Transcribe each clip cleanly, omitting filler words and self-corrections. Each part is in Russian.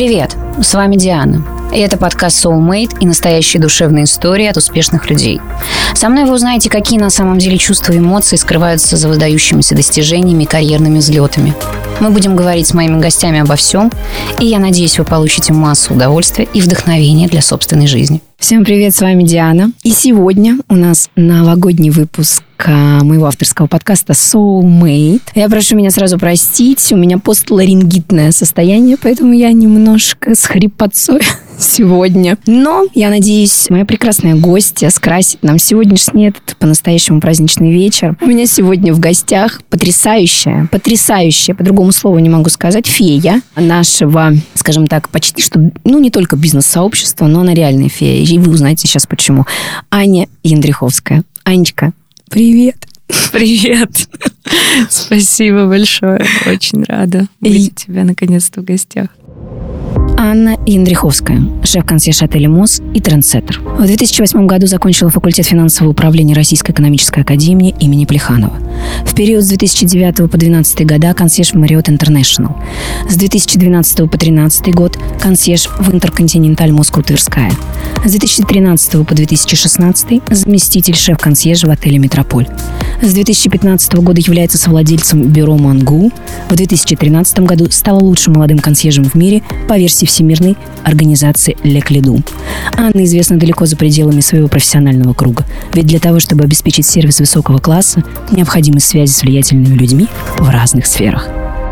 Привет, с вами Диана. И это подкаст Soulmate и настоящие душевные истории от успешных людей. Со мной вы узнаете, какие на самом деле чувства и эмоции скрываются за выдающимися достижениями и карьерными взлетами. Мы будем говорить с моими гостями обо всем, и я надеюсь, вы получите массу удовольствия и вдохновения для собственной жизни. Всем привет, с вами Диана. И сегодня у нас новогодний выпуск моего авторского подкаста Soulmate. Я прошу меня сразу простить, у меня постларингитное состояние, поэтому я немножко с хрипотцой сегодня. Но, я надеюсь, моя прекрасная гостья скрасит нам сегодняшний этот по-настоящему праздничный вечер. У меня сегодня в гостях потрясающая, по-другому слову не могу сказать, фея нашего, скажем так, почти что, не только бизнес-сообщества, но она реальная фея. И вы узнаете сейчас почему. Аня Яндриховская. Анечка, привет. Привет. Спасибо большое. Очень рада быть у тебя наконец-то в гостях. Анна Яндриховская, шеф-консьерж отеля МОЗ и трендсеттер. В 2008 году закончила факультет финансового управления Российской экономической академии имени Плеханова. В период с 2009 по 2012 года консьерж в Marriott International. С 2012 по 2013 год консьерж в Интерконтиненталь Москва Тверская. С 2013 по 2016 заместитель шеф-консьержа в отеле Метрополь. С 2015 года является совладельцем бюро Мангу. В 2013 году стала лучшим молодым консьержем в мире по версии Всемирной организации Лекледу. Анна известна далеко за пределами своего профессионального круга. Ведь для того, чтобы обеспечить сервис высокого класса, необходимы связи с влиятельными людьми в разных сферах.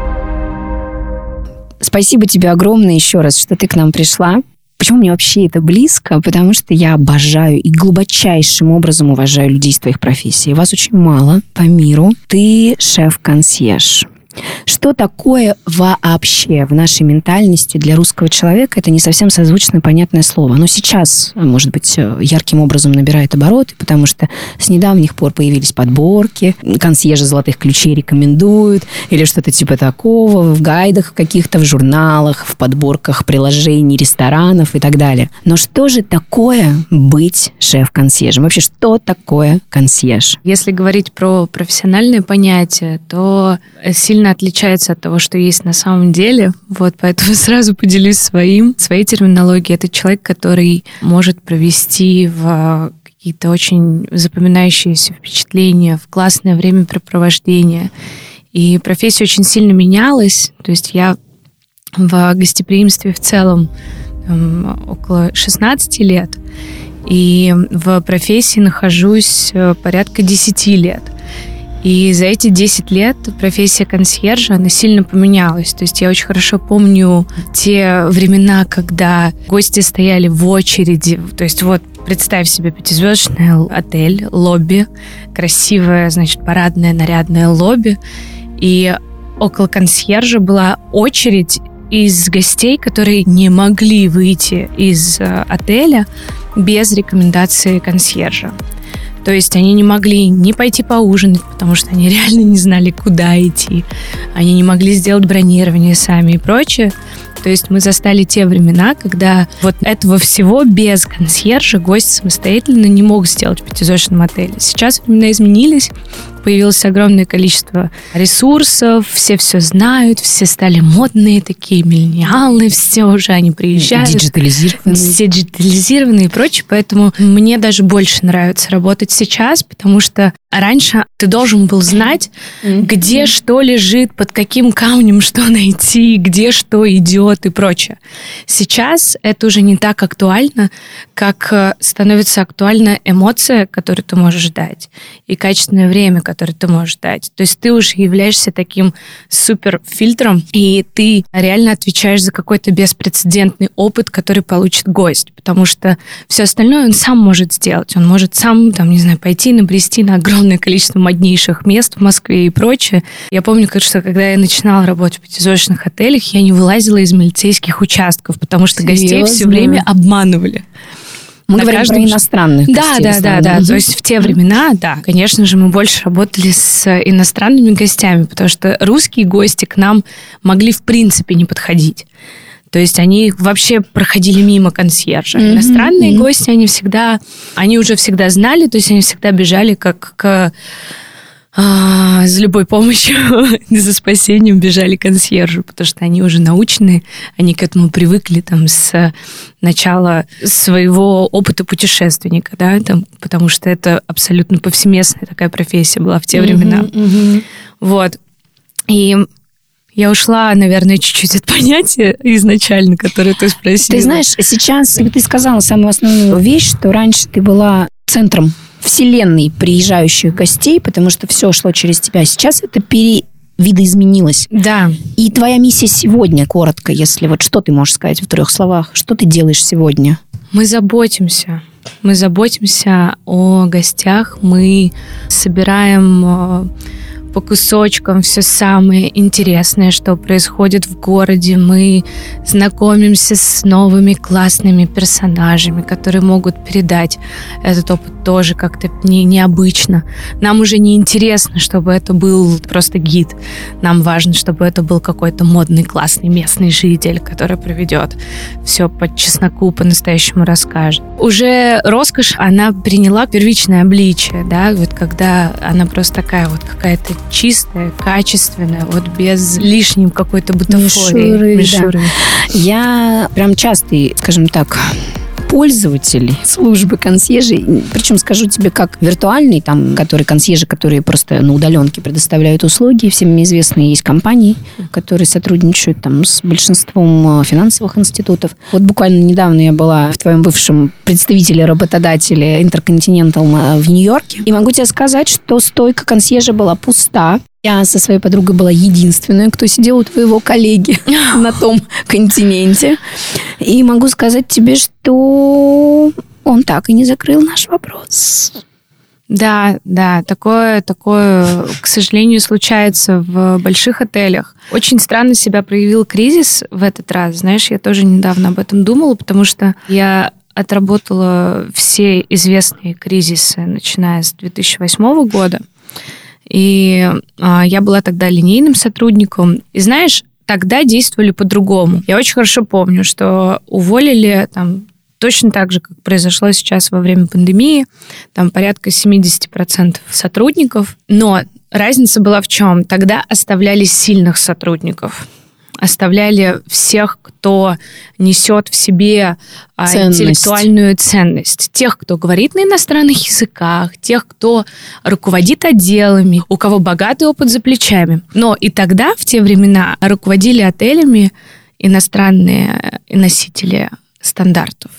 Спасибо тебе огромное еще раз, что ты к нам пришла. Почему мне вообще это близко? Потому что я обожаю и глубочайшим образом уважаю людей из твоих профессий. Вас очень мало по миру. Ты шеф-консьерж. Что такое вообще в нашей ментальности для русского человека? Это не совсем созвучное понятное слово. Оно сейчас, может быть, ярким образом набирает обороты, потому что с недавних пор появились подборки, консьержи золотых ключей рекомендуют, или что-то типа такого, в гайдах каких-то, в журналах, в подборках приложений, ресторанов и так далее. Но что же такое быть шеф-консьержем? Вообще, что такое консьерж? Если говорить про профессиональное понятие, то сильно отличается от того, что есть на самом деле. Поэтому сразу поделюсь своей терминологией. Это человек, который может провести в какие-то очень запоминающиеся впечатления, в классное времяпрепровождение. И профессия очень сильно менялась. То есть я в гостеприимстве в целом около 16 лет. И в профессии нахожусь порядка 10 лет. И за эти 10 лет профессия консьержа, она сильно поменялась. То есть я очень хорошо помню те времена, когда гости стояли в очереди. То есть представь себе 5-звездочный отель, лобби, красивое, парадное, нарядное лобби. И около консьержа была очередь из гостей, которые не могли выйти из отеля без рекомендации консьержа. То есть они не могли ни пойти поужинать, потому что они реально не знали, куда идти. Они не могли сделать бронирование сами и прочее. То есть мы застали те времена, когда этого всего без консьержа гость самостоятельно не мог сделать в 5-звездочном отеле. Сейчас времена изменились, появилось огромное количество ресурсов, все знают, все стали модные, такие миллениалы, все уже, они приезжают. Все диджитализированные и прочее, поэтому мне даже больше нравится работать сейчас, потому что раньше ты должен был знать, где что лежит, под каким камнем что найти, где что идет и прочее. Сейчас это уже не так актуально, как становится актуальна эмоция, которую ты можешь дать, и качественное время, которое ты можешь дать. То есть ты уже являешься таким суперфильтром, и ты реально отвечаешь за какой-то беспрецедентный опыт, который получит гость, потому что все остальное он сам может сделать. Он может сам, пойти набрести на огромное количество моднейших мест в Москве и прочее. Я помню, что когда я начинала работать в 5-звездочных отелях, я не вылазила из милицейских участков, потому что гостей все время обманывали. Мы говорим про иностранных гостей. Да. То есть в те времена, конечно же, мы больше работали с иностранными гостями, потому что русские гости к нам могли в принципе не подходить. То есть они вообще проходили мимо консьержа. Иностранные гости, они уже всегда знали, то есть они всегда бежали как к за любой помощью, за спасением бежали консьержи, потому что они уже научные, они к этому привыкли там с начала своего опыта путешественника, да, там, потому что это абсолютно повсеместная такая профессия была в те времена. Вот. И я ушла, наверное, чуть-чуть от понятия изначально, которое ты спросила. Ты знаешь, сейчас ты сказала самую основную вещь, что раньше ты была центром вселенной приезжающих гостей, потому что все шло через тебя. Сейчас это видоизменилось. Да. И твоя миссия сегодня, коротко, если вот что ты можешь сказать в 3 словах? Что ты делаешь сегодня? Мы заботимся. Мы заботимся о гостях. Мы собираем по кусочкам все самое интересное, что происходит в городе. Мы знакомимся с новыми классными персонажами, которые могут передать этот опыт тоже как-то необычно. Нам уже не интересно, чтобы это был просто гид. Нам важно, чтобы это был какой-то модный, классный местный житель, который проведет все по чесноку, по-настоящему расскажет. Уже роскошь, она приняла первичное обличие, да, вот когда она просто такая вот какая-то чистая, качественная, вот без лишней какой-то бутафории. Мишуры. Да. Я прям частый, скажем так, пользователей службы консьержей. Причем скажу тебе, как виртуальный, там, консьержи, которые просто на удаленке предоставляют услуги. Всем известные есть компании, которые сотрудничают там с большинством финансовых институтов. Вот буквально недавно я была в твоем бывшем представителе работодателя Intercontinental в Нью-Йорке. И могу тебе сказать, что стойка консьержа была пуста. Я со своей подругой была единственная, кто сидел у твоего коллеги на том континенте. И могу сказать тебе, что он так и не закрыл наш вопрос. Да, такое, к сожалению, случается в больших отелях. Очень странно себя проявил кризис в этот раз. Знаешь, я тоже недавно об этом думала, потому что я отработала все известные кризисы, начиная с 2008 года. И я была тогда линейным сотрудником. И знаешь, тогда действовали по-другому. Я очень хорошо помню, что уволили там точно так же, как произошло сейчас во время пандемии, там порядка 70% сотрудников. Но разница была в чем? Тогда оставляли сильных сотрудников. Оставляли всех, кто несет в себе интеллектуальную ценность. Тех, кто говорит на иностранных языках, тех, кто руководит отделами, у кого богатый опыт за плечами. Но и тогда, в те времена, руководили отелями иностранные носители стандартов.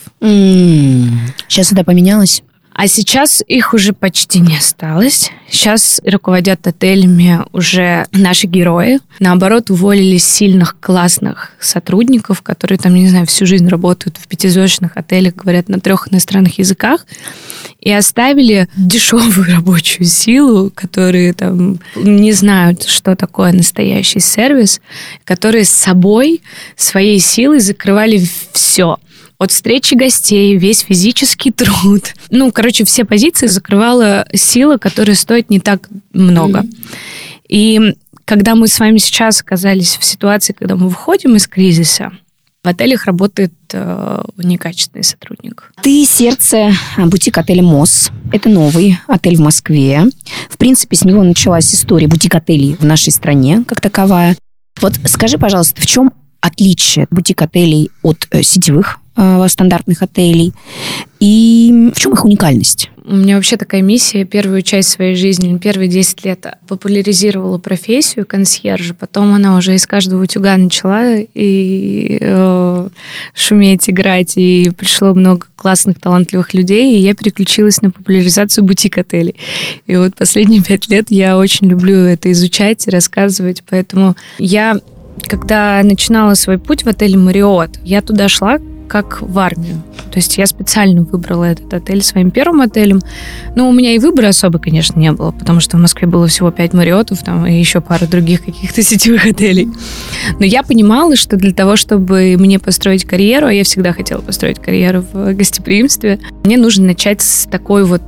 Сейчас это поменялось? А сейчас их уже почти не осталось. Сейчас руководят отелями уже наши герои. Наоборот, уволили сильных, классных сотрудников, которые там, не знаю, всю жизнь работают в 5-звездочных отелях, говорят на 3 иностранных языках, и оставили дешевую рабочую силу, которые там не знают, что такое настоящий сервис, которые с собой, своей силой закрывали все. От встречи гостей, весь физический труд. Все позиции закрывала сила, которая стоит не так много. И когда мы с вами сейчас оказались в ситуации, когда мы выходим из кризиса, в отелях работает некачественный сотрудник. Ты сердце бутик-отеля МОЗ. Это новый отель в Москве. В принципе, с него началась история бутик-отелей в нашей стране, как таковая. Вот скажи, пожалуйста, в чем отличие бутик-отелей от сетевых стандартных отелей? И в чем их уникальность? У меня вообще такая миссия. Первую часть своей жизни, первые 10 лет популяризировала профессию консьержа. Потом она уже из каждого утюга начала и шуметь, играть. И пришло много классных, талантливых людей. И я переключилась на популяризацию бутик-отелей. И вот последние 5 лет я очень люблю это изучать и рассказывать. Поэтому когда начинала свой путь в отеле «Мариот», я туда шла как в армию. То есть я специально выбрала этот отель своим первым отелем. У меня и выбора особо, конечно, не было, потому что в Москве было всего 5 «Мариотов», там, и еще пару других каких-то сетевых отелей. Но я понимала, что для того, чтобы мне построить карьеру, а я всегда хотела построить карьеру в гостеприимстве, мне нужно начать с такой вот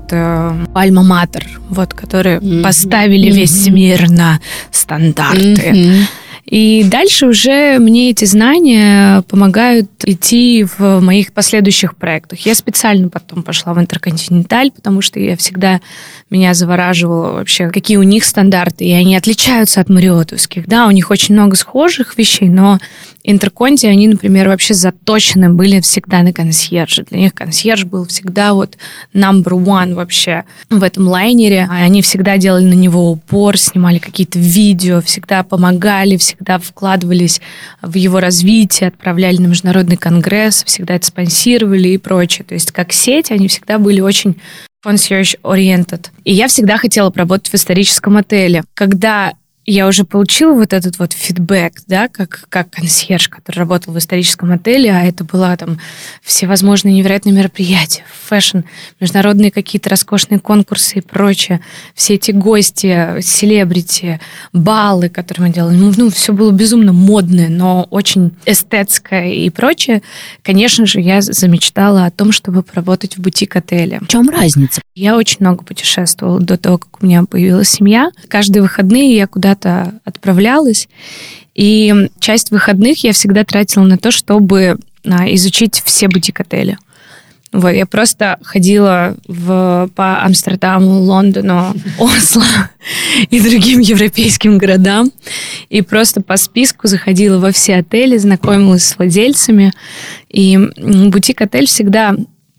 альма-матер, который поставили весь мир на стандарты. И дальше уже мне эти знания помогают идти в моих последующих проектах. Я специально потом пошла в Интерконтиненталь, потому что меня завораживало вообще, какие у них стандарты, и они отличаются от мариотовских. Да, у них очень много схожих вещей, но Интерконти, они, например, вообще заточены были всегда на консьержа. Для них консьерж был всегда вот number one вообще в этом лайнере. Они всегда делали на него упор, снимали какие-то видео, всегда помогали, всегда вкладывались в его развитие, отправляли на международный конгресс, всегда это спонсировали и прочее. То есть как сеть они всегда были очень concierge-oriented. И я всегда хотела поработать в историческом отеле. Когда я уже получила вот этот вот фидбэк, да, как консьерж, который работал в историческом отеле, а это было там всевозможные невероятные мероприятия, фэшн, международные какие-то роскошные конкурсы и прочее, все эти гости, селебрити, баллы, которые мы делали, все было безумно модное, но очень эстетское и прочее. Конечно же, я замечтала о том, чтобы поработать в бутик-отеле. В чем разница? Я очень много путешествовала до того, как у меня появилась семья. Каждые выходные я куда-то отправлялась, и часть выходных я всегда тратила на то, чтобы изучить все бутик-отели. Вот, я просто ходила по Амстердаму, Лондону, Осло и другим европейским городам, и просто по списку заходила во все отели, знакомилась с владельцами, и бутик-отель всегда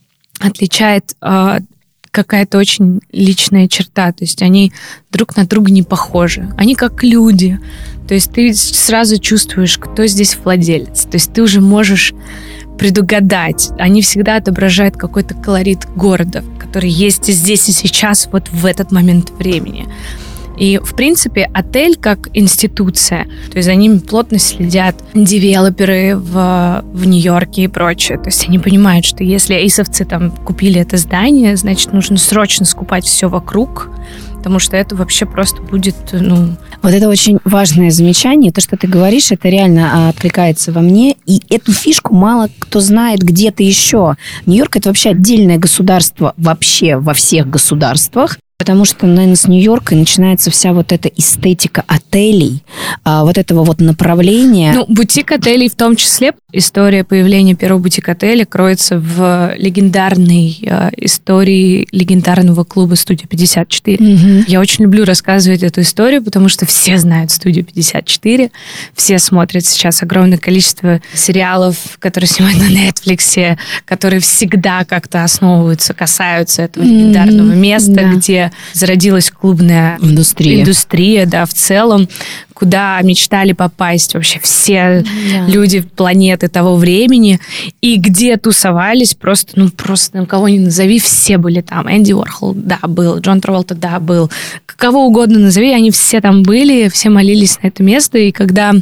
отличает какая-то очень личная черта, то есть они друг на друга не похожи, они как люди, то есть ты сразу чувствуешь, кто здесь владелец, то есть ты уже можешь предугадать, они всегда отображают какой-то колорит города, который есть здесь и сейчас, вот в этот момент времени. И, в принципе, отель как институция, то есть за ними плотно следят девелоперы в Нью-Йорке и прочее. То есть они понимают, что если эйсовцы там купили это здание, значит, нужно срочно скупать все вокруг, потому что это вообще просто будет, Вот это очень важное замечание. То, что ты говоришь, это реально откликается во мне. И эту фишку мало кто знает где-то еще. Нью-Йорк – это вообще отдельное государство вообще во всех государствах. Потому что, наверное, с Нью-Йорка начинается вся вот эта эстетика отелей, вот этого вот направления. Бутик-отелей в том числе. История появления первого бутик-отеля кроется в легендарной истории легендарного клуба «Студия 54». Угу. Я очень люблю рассказывать эту историю, потому что все знают «Студию 54», все смотрят сейчас огромное количество сериалов, которые снимают на Netflix, которые всегда как-то основываются, касаются этого легендарного места, где зародилась клубная индустрия, да, в целом, куда мечтали попасть вообще все люди планеты того времени, и где тусовались просто кого ни назови, все были там. Энди Уорхол, да, был, Джон Траволта, да, был. Кого угодно назови, они все там были, все молились на это место, и когда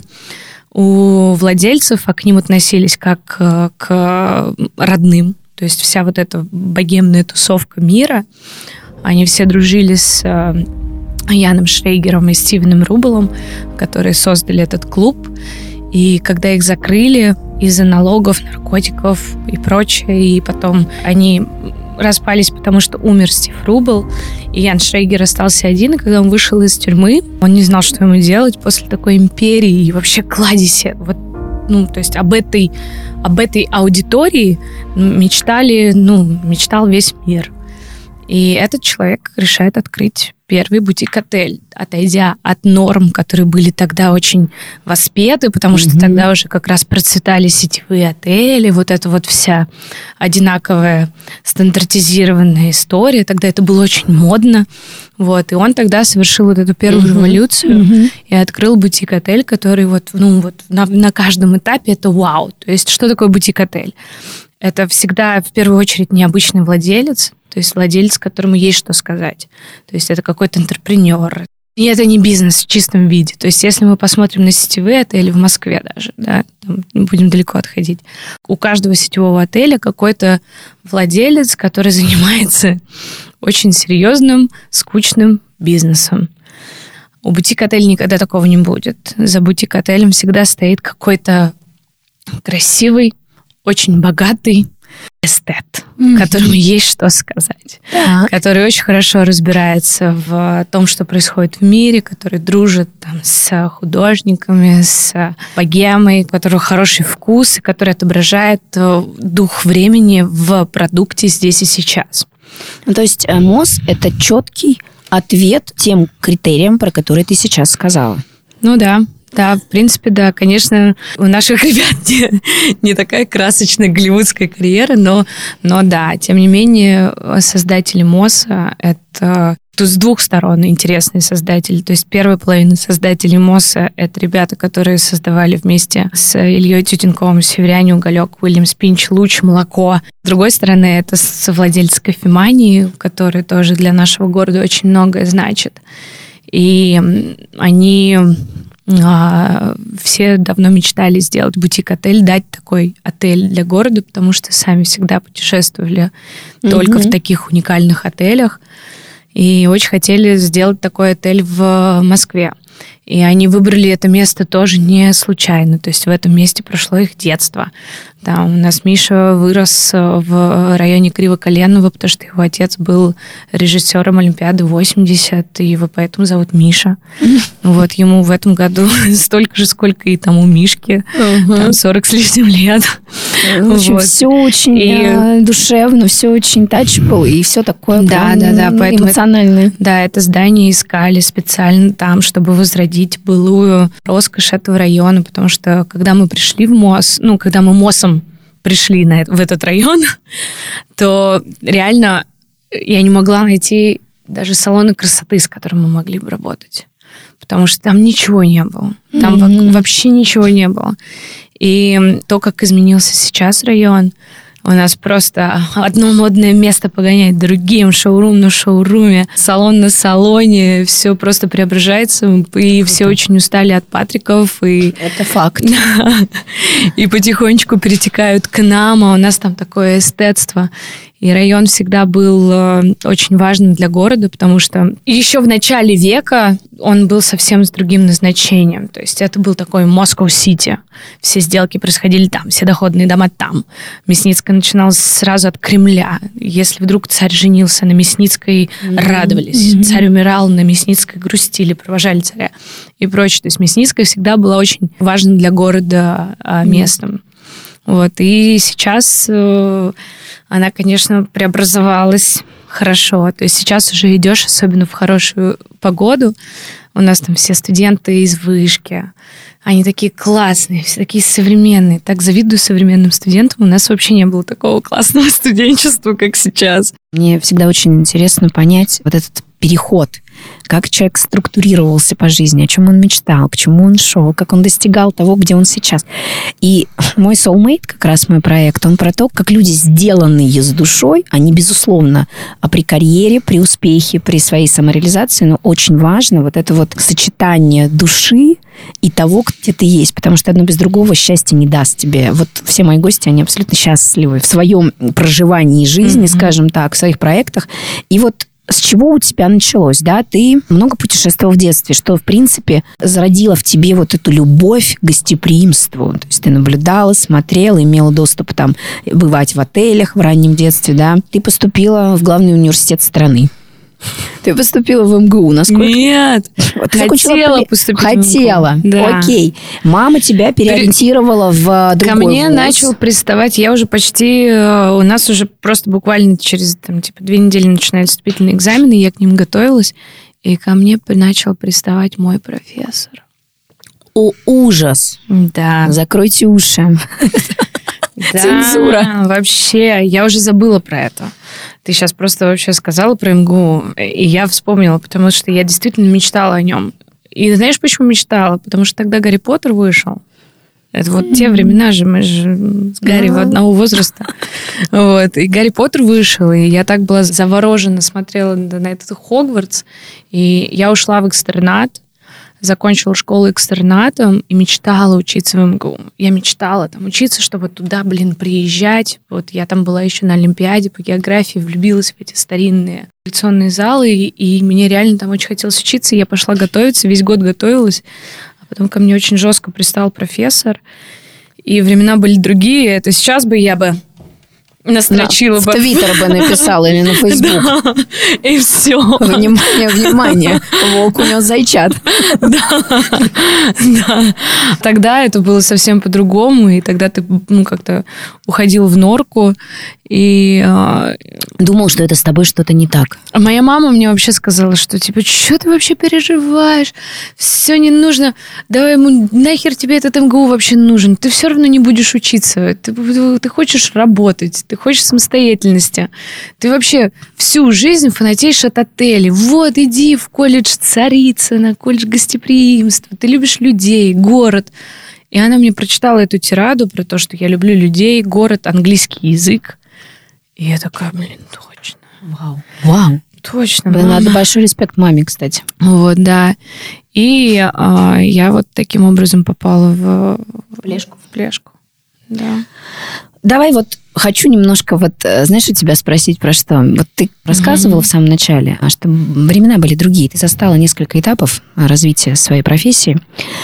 у владельцев, к ним относились как к родным, то есть вся вот эта богемная тусовка мира, они все дружили с Яном Шрейгером и Стивеном Рубелом, которые создали этот клуб. И когда их закрыли из-за налогов, наркотиков и прочее, и потом они распались, потому что умер Стив Рубел, и Ян Шрейгер остался один, и когда он вышел из тюрьмы, он не знал, что ему делать после такой империи и вообще кладези. То есть об этой аудитории мечтал весь мир. И этот человек решает открыть первый бутик-отель, отойдя от норм, которые были тогда очень воспеты, потому что тогда уже как раз процветали сетевые отели, вот эта вот вся одинаковая стандартизированная история. Тогда это было очень модно. Вот. И он тогда совершил вот эту первую революцию и открыл бутик-отель, который на каждом этапе это вау. То есть что такое бутик-отель? Это всегда в первую очередь необычный владелец, то есть владелец, которому есть что сказать. То есть это какой-то интерпренер. И это не бизнес в чистом виде. То есть если мы посмотрим на сетевые отели в Москве даже, да, там не будем далеко отходить, у каждого сетевого отеля какой-то владелец, который занимается очень серьезным, скучным бизнесом. У бутик-отеля никогда такого не будет. За бутик-отелем всегда стоит какой-то красивый, очень богатый, эстет, которому есть что сказать, который очень хорошо разбирается в том, что происходит в мире, который дружит там с художниками, с богемой, у которого хороший вкус, и который отображает дух времени в продукте здесь и сейчас. То есть МОЗ – это четкий ответ тем критериям, про которые ты сейчас сказала. Ну да. Да, в принципе, да. Конечно, у наших ребят не такая красочная голливудская карьера, но да, тем не менее, создатели МОЗа — это тут с двух сторон интересные создатели. То есть первая половина создателей МОЗа — это ребята, которые создавали вместе с Ильей Тютенковым «Северяне», «Уголек», «Уильям Спинч», «Луч», «Молоко». С другой стороны, это совладельцы кофемании, которые тоже для нашего города очень многое значат. И они... все давно мечтали сделать бутик-отель, дать такой отель для города, потому что сами всегда путешествовали только в таких уникальных отелях. И очень хотели сделать такой отель в Москве. И они выбрали это место тоже не случайно. То есть в этом месте прошло их детство. Да, у нас Миша вырос в районе Кривоколенного, потому что его отец был режиссером Олимпиады 80, и его поэтому зовут Миша. Вот ему в этом году столько же, сколько и тому Мишке, там 40 с лишним лет. В общем, все очень душевно, все очень touchable, и все такое эмоциональное. Да, это здание искали специально там, чтобы возродить былую роскошь этого района, потому что когда мы пришли в МОЗ, когда мы МОЗом пришли в этот район, то реально я не могла найти даже салоны красоты, с которыми мы могли бы работать. Потому что там ничего не было. Там вообще ничего не было. И то, как изменился сейчас район, у нас просто одно модное место погоняет другим, шоурум на шоуруме, салон на салоне, все просто преображается, и все очень устали от Патриков. Это факт. И потихонечку перетекают к нам, а у нас там такое эстетство. И район всегда был очень важным для города, потому что еще в начале века он был совсем с другим назначением. То есть это был такой Москва-Сити. Все сделки происходили там, все доходные дома там. Мясницкая начиналась сразу от Кремля. Если вдруг царь женился на Мясницкой, радовались. Царь умирал, на Мясницкой грустили, провожали царя и прочее. То есть Мясницкая всегда была очень важным для города местом. Вот. И сейчас она, конечно, преобразовалась хорошо. То есть сейчас уже идешь, особенно в хорошую погоду. У нас там все студенты из вышки. Они такие классные, все такие современные. Так завидую современным студентам. У нас вообще не было такого классного студенчества, как сейчас. Мне всегда очень интересно понять вот этот переход. Как человек структурировался по жизни, о чем он мечтал, к чему он шел, как он достигал того, где он сейчас. И мой soulmate, как раз мой проект, он про то, как люди, сделанные с душой, они, безусловно, при карьере, при успехе, при своей самореализации, но очень важно вот это вот сочетание души и того, где ты есть, потому что одно без другого счастья не даст тебе. Вот все мои гости, они абсолютно счастливы в своем проживании жизни, скажем так, в своих проектах. И вот с чего у тебя началось, да? Ты много путешествовал в детстве, что, в принципе, зародило в тебе вот эту любовь к гостеприимству. То есть ты наблюдала, смотрела, имела доступ там бывать в отелях в раннем детстве, да? Ты поступила в главный университет страны. Ты поступила в МГУ, насколько? Нет, ты хотела поступить в МГУ. Хотела, да. Окей. Мама тебя переориентировала в другой Ко мне вуз. начал приставать, я уже почти, у нас уже просто буквально через 2 недели начинали вступительные экзамены, я к ним готовилась, и ко мне начал приставать мой профессор. О, ужас! Да. Закройте уши. Да, цензура. Вообще, я уже забыла про это. Ты сейчас просто вообще сказала про МГУ, и я вспомнила, потому что я действительно мечтала о нем. И знаешь, почему мечтала? Потому что тогда Гарри Поттер вышел. Это вот те времена же, мы же с Гарри в одного возраста. Вот. И Гарри Поттер вышел, и я так была заворожена, смотрела на этот Хогвартс, и я ушла в экстернат, закончила школу экстернатом и мечтала учиться в МГУ. Я мечтала там учиться, чтобы туда, приезжать. Вот я там была еще на Олимпиаде по географии, влюбилась в эти старинные лекционные залы, и мне реально там очень хотелось учиться. Я пошла готовиться, весь год готовилась, а потом ко мне очень жестко пристал профессор, и времена были другие. Это сейчас бы я бы настрочила бы. В Твиттер бы написала или на Фейсбук. Да, и все. Внимание, волк унес зайчат. Да. Тогда это было совсем по-другому, и тогда ты как-то уходил в норку, и... Думал, что это с тобой что-то не так. Моя мама мне вообще сказала, что типа, что ты вообще переживаешь? Все не нужно. Давай, нахер тебе этот МГУ вообще нужен? Ты все равно не будешь учиться. Ты хочешь работать, ты хочешь самостоятельности. Ты вообще всю жизнь фанатеешь от отелей. Вот, иди в колледж Царицына, колледж гостеприимства. Ты любишь людей, город. И она мне прочитала эту тираду про то, что я люблю людей, город, английский язык. И я такая, точно. Вау. Точно. Надо большой респект маме, кстати. Вот, да. И я вот таким образом попала в Плешку. Да. Давай вот хочу немножко знаешь, у тебя спросить про что. Вот ты рассказывала в самом начале, что времена были другие. Ты застала несколько этапов развития своей профессии.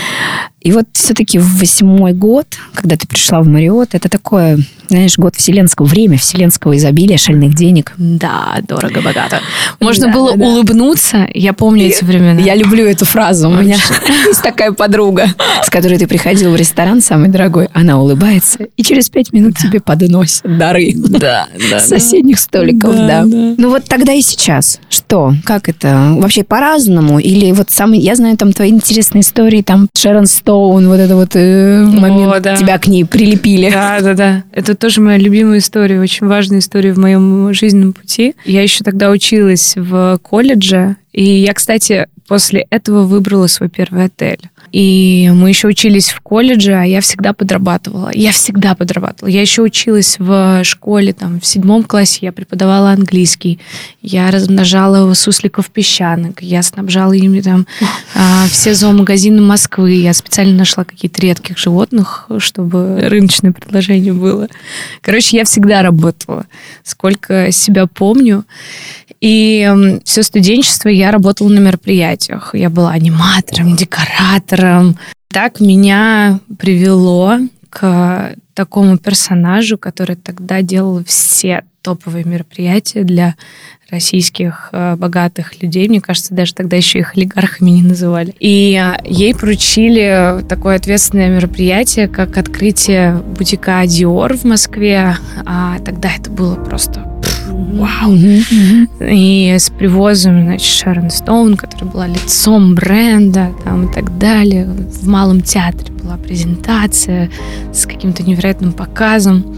И вот все-таки в 8-й год, когда ты пришла в Marriott, это такое, знаешь, год время вселенского изобилия, шальных денег. Да, дорого-богато. Можно было улыбнуться. Я помню эти времена. Я люблю эту фразу. У меня есть такая подруга, с которой ты приходил в ресторан самый дорогой. Она улыбается, и через 5 минут тебе подносят дары. Да. С соседних столиков, да. Ну вот тогда и сейчас. Что? Как это? Вообще по-разному? Или вот я знаю там твои интересные истории, там Шерон Стоун, вот это вот момент, тебя к ней прилепили. Да. Это тоже моя любимая история, очень важная история в моем жизненном пути. Я еще тогда училась в колледже, и я, кстати, после этого выбрала свой первый отель. И мы еще учились в колледже, а я всегда подрабатывала. Я еще училась в школе, там, в 7 классе я преподавала английский. Я размножала сусликов-песчанок. Я снабжала ими там все зоомагазины Москвы. Я специально нашла какие-то редких животных, чтобы рыночное предложение было. Короче, я всегда работала, сколько себя помню. И все студенчество я работала на мероприятиях. Я была аниматором, декоратором. Так меня привело к такому персонажу, который тогда делал все топовые мероприятия для российских богатых людей. Мне кажется, даже тогда еще их олигархами не называли. И ей поручили такое ответственное мероприятие, как открытие бутика Dior в Москве. А тогда это было просто вау. И с привозом, значит, Шерон Стоун, которая была лицом бренда, там, и так далее. В Малом театре была презентация с каким-то невероятным показом.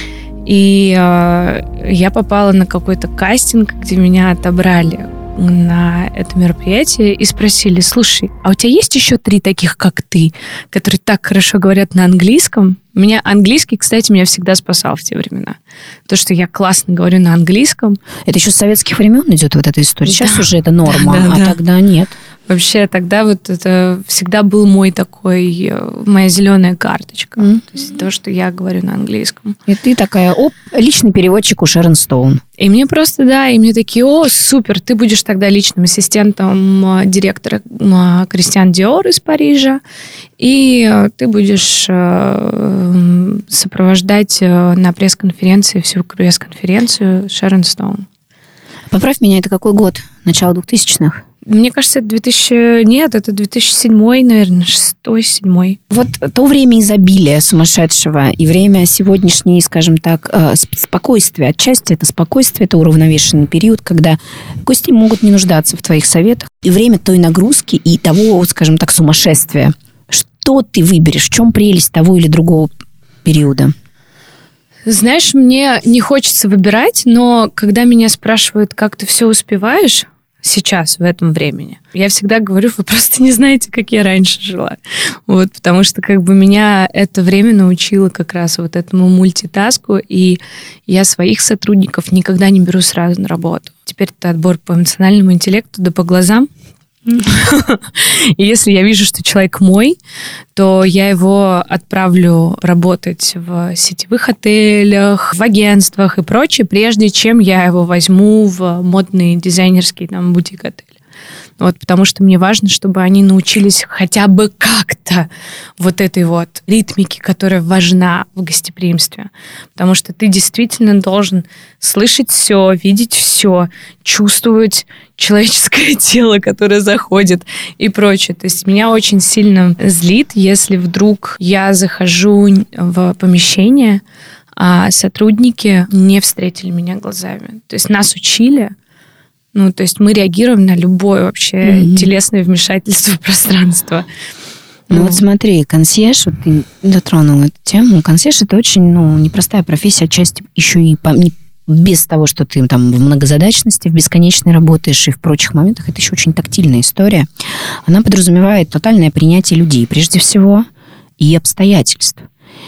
И я попала на какой-то кастинг, где меня отобрали на это мероприятие и спросили: слушай, а у тебя есть еще 3 таких, как ты, которые так хорошо говорят на английском? Меня английский, кстати, меня всегда спасал в те времена. То, что я классно говорю на английском. Это еще с советских времен идет вот эта история. Сейчас уже это норма, тогда нет. Вообще тогда вот это всегда был моя зеленая карточка. То есть то, что я говорю на английском. И ты такая, личный переводчик у Шерон Стоун. И мне просто, и мне такие, супер, ты будешь тогда личным ассистентом директора Кристиан Диор из Парижа, и ты будешь сопровождать на пресс-конференции, всю пресс-конференцию Шерон Стоун. Поправь меня, это какой год? Начало 2000-х? Мне кажется, это 2007, наверное, 6-7. Вот то время изобилия сумасшедшего и время сегодняшней, скажем так, спокойствия. Отчасти это спокойствие, это уравновешенный период, когда гости могут не нуждаться в твоих советах. И время той нагрузки и того, скажем так, сумасшествия. Что ты выберешь? В чем прелесть того или другого периода? Знаешь, мне не хочется выбирать, но когда меня спрашивают, как ты все успеваешь сейчас, в этом времени, я всегда говорю: вы просто не знаете, как я раньше жила. Вот, потому что меня это время научило как раз вот этому мультитаску, и я своих сотрудников никогда не беру сразу на работу. Теперь это отбор по эмоциональному интеллекту, да по глазам. И если я вижу, что человек мой, то я его отправлю работать в сетевых отелях, в агентствах и прочее, прежде чем я его возьму в модный дизайнерский бутик-отель. Вот, потому что мне важно, чтобы они научились хотя бы как-то вот этой вот ритмике, которая важна в гостеприимстве. Потому что ты действительно должен слышать все, видеть все, чувствовать человеческое тело, которое заходит и прочее. То есть меня очень сильно злит, если вдруг я захожу в помещение, а сотрудники не встретили меня глазами. То есть нас учили, то есть мы реагируем на любое вообще телесное вмешательство в пространство. Вот смотри, консьерж, вот ты затронула эту тему, консьерж это очень, непростая профессия, отчасти еще и без того, что ты там в многозадачности, в бесконечной работаешь и в прочих моментах, это еще очень тактильная история. Она подразумевает тотальное принятие людей, прежде всего, и обстоятельств.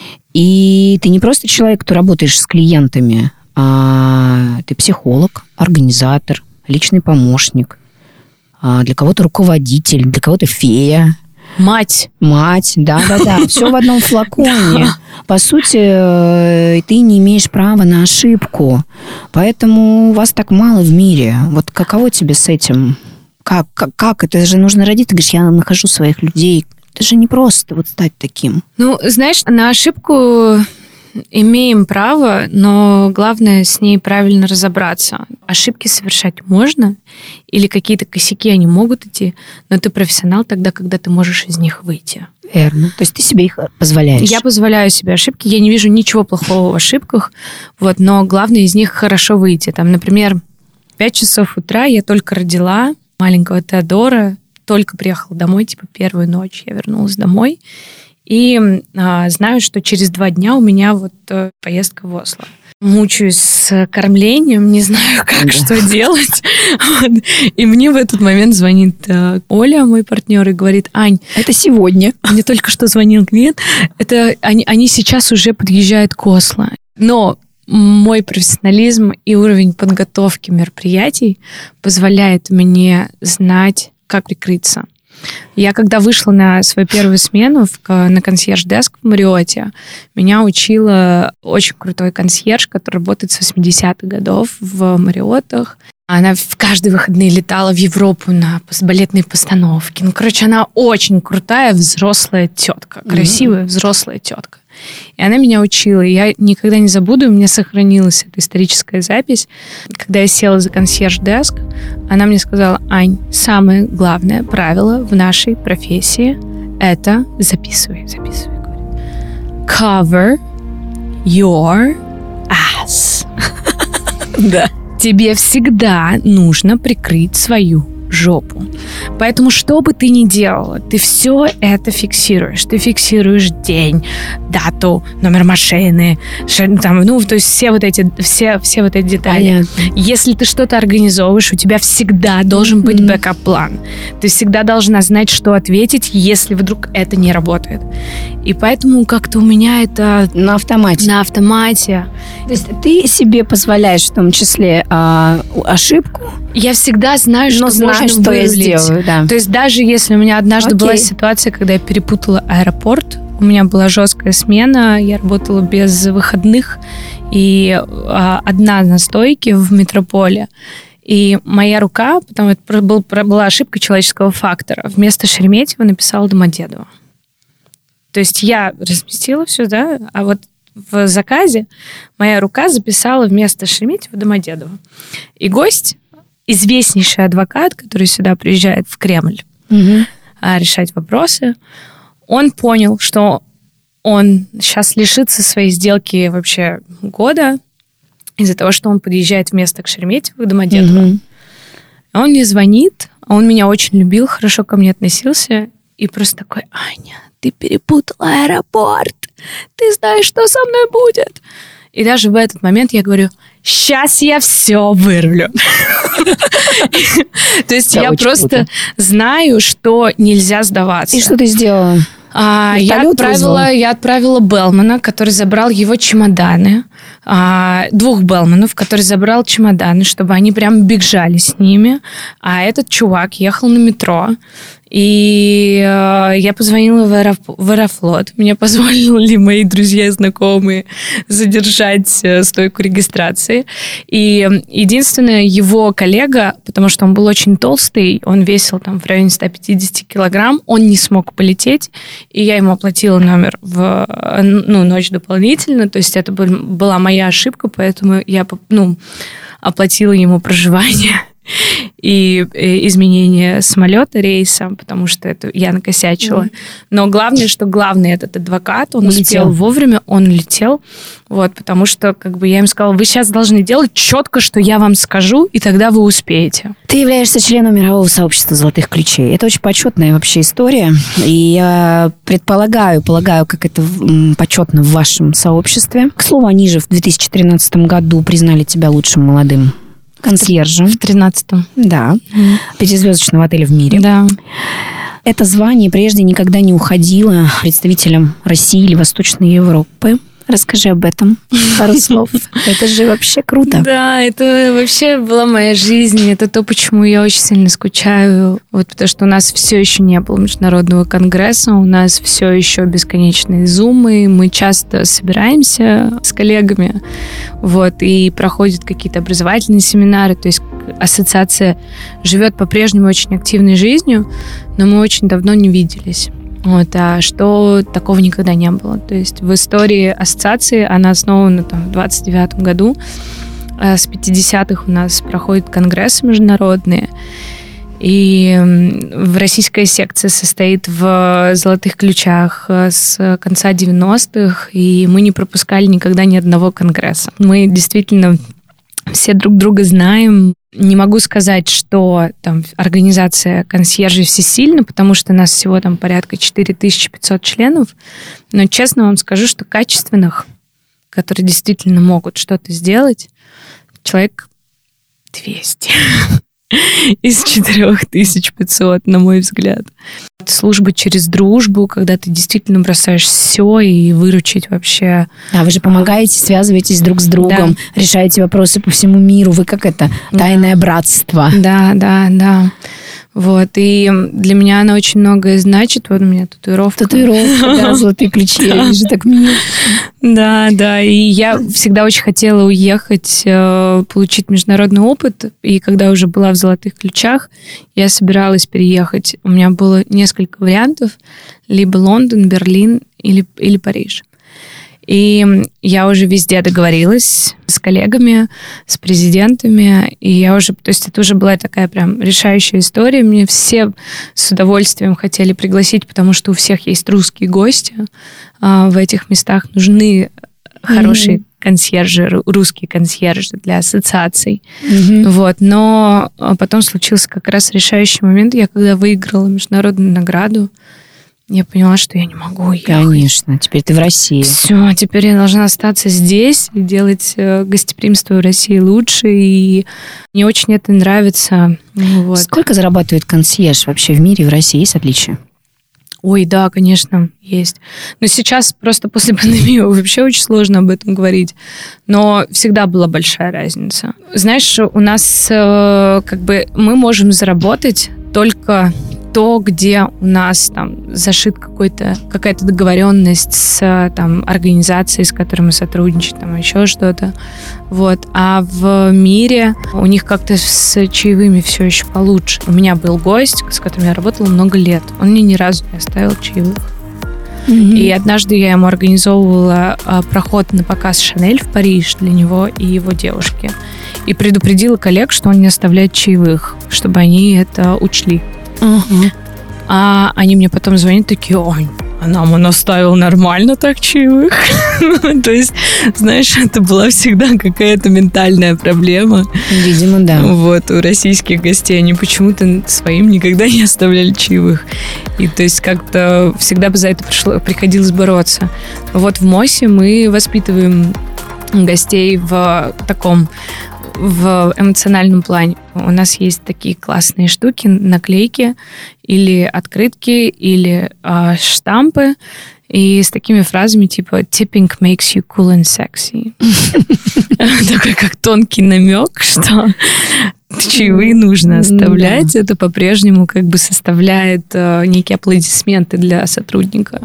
И ты не просто человек, кто работаешь с клиентами, а ты психолог, организатор, личный помощник, для кого-то руководитель, для кого-то фея. Мать, да. Все в одном флаконе. По сути, ты не имеешь права на ошибку. Поэтому вас так мало в мире. Вот каково тебе с этим? Как? Это же нужно родить. Ты говоришь, я нахожу своих людей. Это же не просто вот стать таким. Знаешь, на ошибку имеем право, но главное с ней правильно разобраться. Ошибки совершать можно, или какие-то косяки, они могут идти, но ты профессионал тогда, когда ты можешь из них выйти. Верно. То есть ты себе их позволяешь? Я позволяю себе ошибки, я не вижу ничего плохого в ошибках, но главное из них хорошо выйти. Там, например, 5 часов утра я только родила маленького Теодора, только приехала домой, первую ночь я вернулась домой, и знаю, что через 2 дня у меня поездка в Осло. Мучаюсь с кормлением, не знаю, что делать. И мне в этот момент звонит Оля, мой партнер, и говорит: Ань, это сегодня. Мне только что звонил клиент. Это они сейчас уже подъезжают к Осло. Но мой профессионализм и уровень подготовки мероприятий позволяет мне знать, как прикрыться. Я когда вышла на свою первую смену на консьерж-деск в Марриотте, меня учила очень крутой консьерж, который работает с 80-х годов в Марриоттах. Она в каждые выходные летала в Европу на балетные постановки. Она очень крутая взрослая тетка, красивая взрослая тетка. И она меня учила. И я никогда не забуду, у меня сохранилась эта историческая запись. Когда я села за консьерж-деск, она мне сказала: Ань, самое главное правило в нашей профессии – это записывай, говорит. Cover your ass. Да. Тебе всегда нужно прикрыть свою жопу. Поэтому, что бы ты ни делала, ты все это фиксируешь. Ты фиксируешь день, дату, номер машины, то есть все вот эти детали. Понятно. Если ты что-то организовываешь, у тебя всегда должен быть бэкап-план. Ты всегда должна знать, что ответить, если вдруг это не работает. И поэтому как-то у меня это... На автомате. То есть ты себе позволяешь в том числе ошибку? Я всегда знаю, что можно что я вырулить. сделаю, да. То есть даже если у меня однажды была ситуация, когда я перепутала аэропорт, у меня была жесткая смена, я работала без выходных, и одна на стойке в метрополе. И моя рука, потому это была ошибка человеческого фактора, вместо Шереметьево написала Домодедово. То есть я разместила все, да, а вот в заказе моя рука записала вместо Шереметьево Домодедово. И гость, известнейший адвокат, который сюда приезжает в Кремль решать вопросы, он понял, что он сейчас лишится своей сделки вообще года из-за того, что он подъезжает вместо к Шереметьево, к Домодедово. Он мне звонит, он меня очень любил, хорошо ко мне относился, и просто такой: Аня, ты перепутала аэропорт, ты знаешь, что со мной будет. И даже в этот момент я говорю: сейчас я все вырвлю. То есть я просто знаю, что нельзя сдаваться. И что ты сделала? Я отправила Белмана, который забрал его чемоданы, 2 Белманов, который забрал чемоданы, чтобы они прям бежали с ними. А этот чувак ехал на метро, и я позвонила в Аэрофлот. Мне позволили мои друзья и знакомые задержать стойку регистрации. И единственное, его коллега, потому что он был очень толстый, он весил там в районе 150 килограмм, он не смог полететь, и я ему оплатила номер в ночь дополнительно. То есть это была моя ошибка, поэтому я оплатила ему проживание и изменение самолета, рейса, потому что это я накосячила. Но главное, этот адвокат, он успел вовремя, он улетел, потому что я им сказала, вы сейчас должны делать четко, что я вам скажу, и тогда вы успеете. Ты являешься членом мирового сообщества «Золотых ключей». Это очень почетная вообще история, и я полагаю, как это почетно в вашем сообществе. К слову, они же в 2013 году признали тебя лучшим молодым консьержем. В 13-м. Да. 5-звездочного отеля в мире. Да. Это звание прежде никогда не уходило представителям России или Восточной Европы. Расскажи об этом пару слов. Это же вообще круто. Да, это вообще была моя жизнь. Это то, почему я очень сильно скучаю. Потому что у нас все еще не было международного конгресса, у нас все еще бесконечные зумы, мы часто собираемся с коллегами, и проходят какие-то образовательные семинары. То есть ассоциация живет по-прежнему очень активной жизнью, но мы очень давно не виделись. А что такого никогда не было. То есть в истории ассоциации она основана в 29 году. С 50-х у нас проходят конгрессы международные. И российская секция состоит в «Золотых ключах» с конца 90-х, и мы не пропускали никогда ни одного конгресса. Мы действительно все друг друга знаем. Не могу сказать, что организация консьержей всесильна, потому что нас всего порядка 4500 членов. Но честно вам скажу, что качественных, которые действительно могут что-то сделать, человек 200 из 4500, на мой взгляд. Служба через дружбу, когда ты действительно бросаешь все и выручить вообще. А вы же помогаете, связываетесь друг с другом, решаете вопросы по всему миру. Вы как тайное братство. Да. И для меня она очень многое значит. У меня татуировка. Да, «Золотые ключи», я вижу, так мило. Да, и я всегда очень хотела уехать, получить международный опыт, и когда уже была в «Золотых ключах», я собиралась переехать. У меня было несколько вариантов, либо Лондон, Берлин или Париж. И я уже везде договорилась с коллегами, с президентами, и я уже, то есть это уже была такая прям решающая история. Мне все с удовольствием хотели пригласить, потому что у всех есть русские гости. В этих местах нужны хорошие консьержи, русские консьержи для ассоциаций. Но потом случился как раз решающий момент. Я когда выиграла международную награду, я поняла, что я не могу уехать. Конечно, теперь ты в России. Все, теперь я должна остаться здесь и делать гостеприимство в России лучше. И мне очень это нравится. Сколько зарабатывает консьерж вообще в мире, в России? Есть отличия? Ой, да, конечно, есть. Но сейчас просто после пандемии вообще очень сложно об этом говорить. Но всегда была большая разница. Знаешь, у нас мы можем заработать только то, где у нас зашит какая-то договоренность с организацией, с которой мы сотрудничаем, еще что-то. А в мире у них как-то с чаевыми все еще получше. У меня был гость, с которым я работала много лет. Он мне ни разу не оставил чаевых. И однажды я ему организовывала проход на показ «Шанель» в Париж для него и его девушки. И предупредила коллег, что он не оставляет чаевых, чтобы они это учли. А они мне потом звонят такие: ой, а нам он оставил нормально так чаевых. То есть, знаешь, это была всегда какая-то ментальная проблема. Видимо, да. У российских гостей они почему-то своим никогда не оставляли чаевых. И то есть как-то всегда бы за это приходилось бороться. В МОСе мы воспитываем гостей в эмоциональном плане. У нас есть такие классные штуки, наклейки или открытки, или штампы. И с такими фразами типа «tipping makes you cool and sexy». Такой как тонкий намек, что чаевые нужно оставлять. Это по-прежнему как бы составляет некие аплодисменты для сотрудника.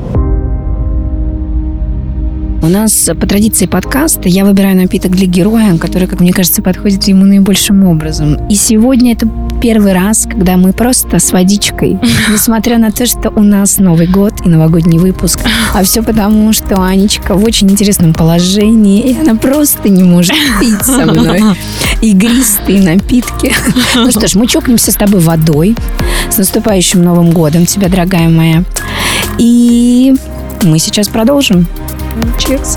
У нас по традиции подкаста я выбираю напиток для героя, который, как мне кажется, подходит ему наибольшим образом. И сегодня это первый раз, когда мы просто с водичкой, несмотря на то, что у нас Новый год и новогодний выпуск, а все потому, что Анечка в очень интересном положении, и она просто не может пить со мной игристые напитки. Ну что ж, мы чокнемся с тобой водой. С наступающим Новым годом тебя, дорогая моя. И мы сейчас продолжим. Cheers.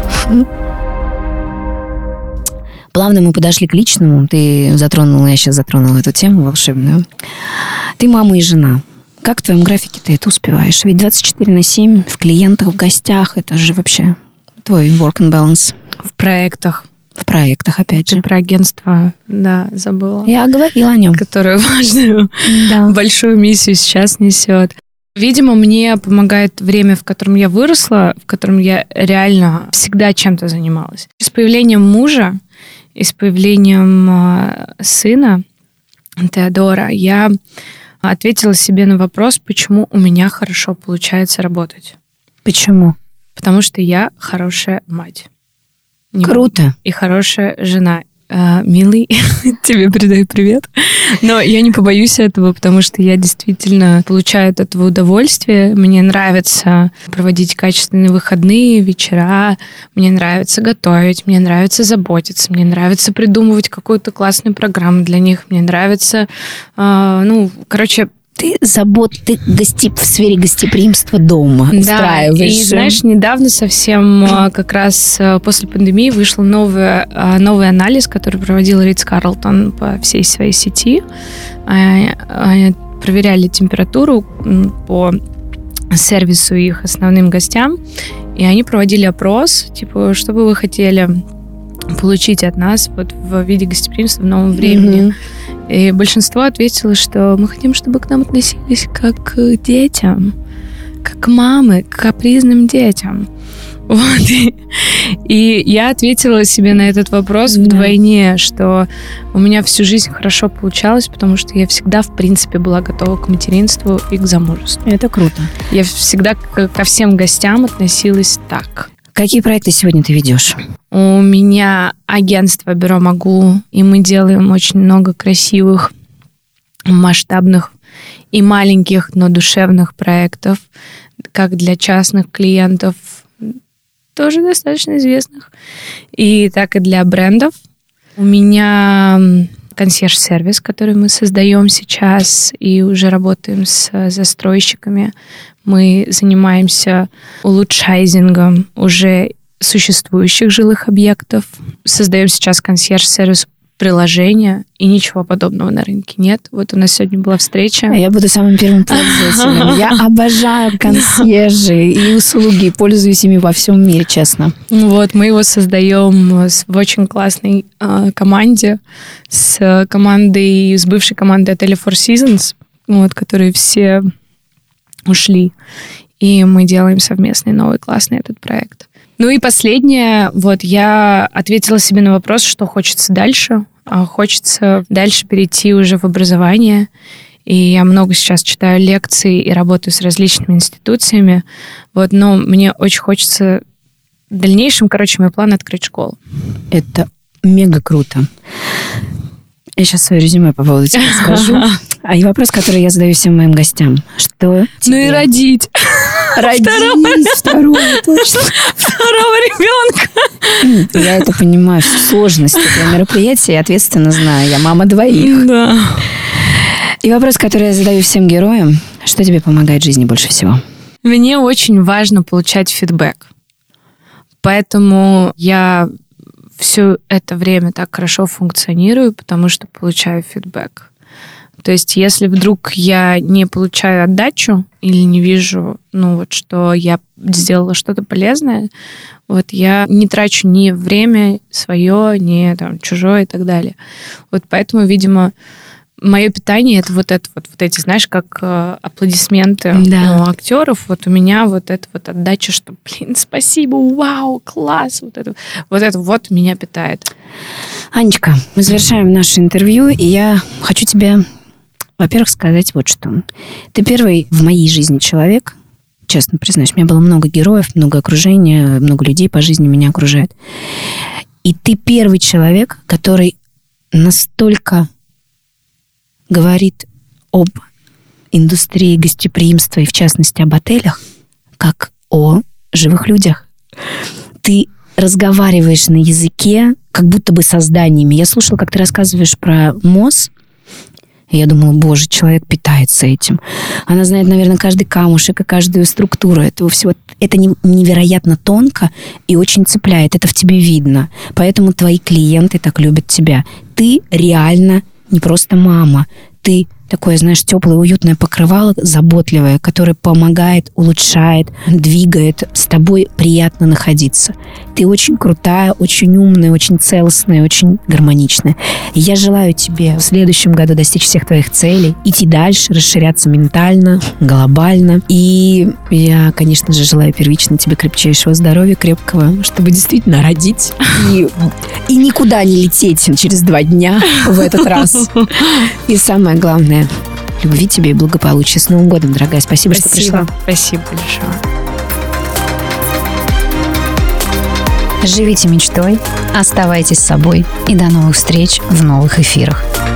Плавно мы подошли к личному. Ты затронула, я сейчас затронула эту тему волшебную. Ты мама и жена. Как в твоем графике ты это успеваешь? Ведь 24/7 в клиентах, в гостях. Это же вообще твой work and balance. В проектах. В проектах, опять же. Ты про агентство, да, забыла. Я говорила о нем. Которое важную, большую миссию сейчас несет. Видимо, мне помогает время, в котором я выросла, в котором я реально всегда чем-то занималась. С появлением мужа и с появлением сына Теодора я ответила себе на вопрос, почему у меня хорошо получается работать. Почему? Потому что я хорошая мать. Круто. И хорошая жена. Милый, тебе передаю привет. Но я не побоюсь этого, потому что я действительно получаю от этого удовольствие. Мне нравится проводить качественные выходные, вечера. Мне нравится готовить, мне нравится заботиться, мне нравится придумывать какую-то классную программу для них. Мне нравится, Ты в сфере гостеприимства дома устраиваешь. И, знаешь, недавно совсем, как раз после пандемии, вышел новый анализ, который проводил Ритц Карлтон по всей своей сети. Проверяли температуру по сервису их основным гостям, и они проводили опрос, типа, что бы вы хотели получить от нас вот в виде гостеприимства в новом времени. И большинство ответило, что мы хотим, чтобы к нам относились как к детям, как к мамы, к капризным детям. Вот. И я ответила себе на этот вопрос вдвойне, что у меня всю жизнь хорошо получалось, потому что я всегда, в принципе, была готова к материнству и к замужеству. Это круто. Я всегда ко всем гостям относилась так. Какие проекты сегодня ты ведешь? У меня агентство «Бюро Магу», и мы делаем очень много красивых, масштабных и маленьких, но душевных проектов, как для частных клиентов, тоже достаточно известных, и так и для брендов. У меня консьерж-сервис, который мы создаем сейчас и уже работаем с застройщиками. Мы занимаемся улучшайзингом уже существующих жилых объектов. Создаем сейчас консьерж-сервис приложения, и ничего подобного на рынке нет. Вот у нас сегодня была встреча. Я буду самым первым пользователем. Я обожаю консьержи и услуги, пользуюсь ими во всем мире, честно. Вот, мы его создаем в очень классной команде, с бывшей командой отеля Four Seasons, вот, которые все ушли. И мы делаем совместный новый классный этот проект. Ну и последнее, вот я ответила себе на вопрос, что хочется дальше. Хочется дальше перейти уже в образование. И я много сейчас читаю лекции и работаю с различными институциями. Вот, но мне очень хочется в дальнейшем, мой план открыть школу. Это мега круто. Я сейчас свое резюме по поводу тебя скажу. И вопрос, который я задаю всем моим гостям. Что тебе... Ну и родить. Второго, точно. Второго ребенка. Я это понимаю, всю сложность этого мероприятия, и ответственно знаю. Я мама двоих. Да. И вопрос, который я задаю всем героям. Что тебе помогает в жизни больше всего? Мне очень важно получать фидбэк. Поэтому я все это время так хорошо функционирую, потому что получаю фидбэк. То есть, если вдруг я не получаю отдачу или не вижу, что я сделала что-то полезное, вот я не трачу ни время свое, ни чужое и так далее. Вот поэтому, видимо, мое питание это вот эти, знаешь, как аплодисменты у актеров. Вот у меня вот эта вот отдача, что, спасибо, вау, класс, вот это меня питает. Анечка, мы завершаем наше интервью, и я хочу тебе, во-первых, сказать вот что. Ты первый в моей жизни человек, честно признаюсь, у меня было много героев, много окружения, много людей по жизни меня окружают. И ты первый человек, который настолько говорит об индустрии гостеприимства и, в частности, об отелях, как о живых людях. Ты разговариваешь на языке, как будто бы со зданиями. Я слушала, как ты рассказываешь про МОЗ, и я думала, боже, человек питается этим. Она знает, наверное, каждый камушек и каждую структуру этого всего. Это невероятно тонко и очень цепляет. Это в тебе видно. Поэтому твои клиенты так любят тебя. Ты реально не просто мама. Ты такое, знаешь, теплое, уютное покрывало, заботливое, которое помогает, улучшает, двигает. С тобой приятно находиться. Ты очень крутая, очень умная, очень целостная, очень гармоничная. И я желаю тебе в следующем году достичь всех твоих целей, идти дальше, расширяться ментально, глобально. И я, конечно же, желаю первично тебе крепчайшего здоровья, крепкого, чтобы действительно родить и никуда не лететь через 2 дня в этот раз. И самое главное, любви тебе и благополучия. С Новым годом, дорогая. Спасибо, что пришла. Спасибо большое. Живите мечтой, оставайтесь собой и до новых встреч в новых эфирах.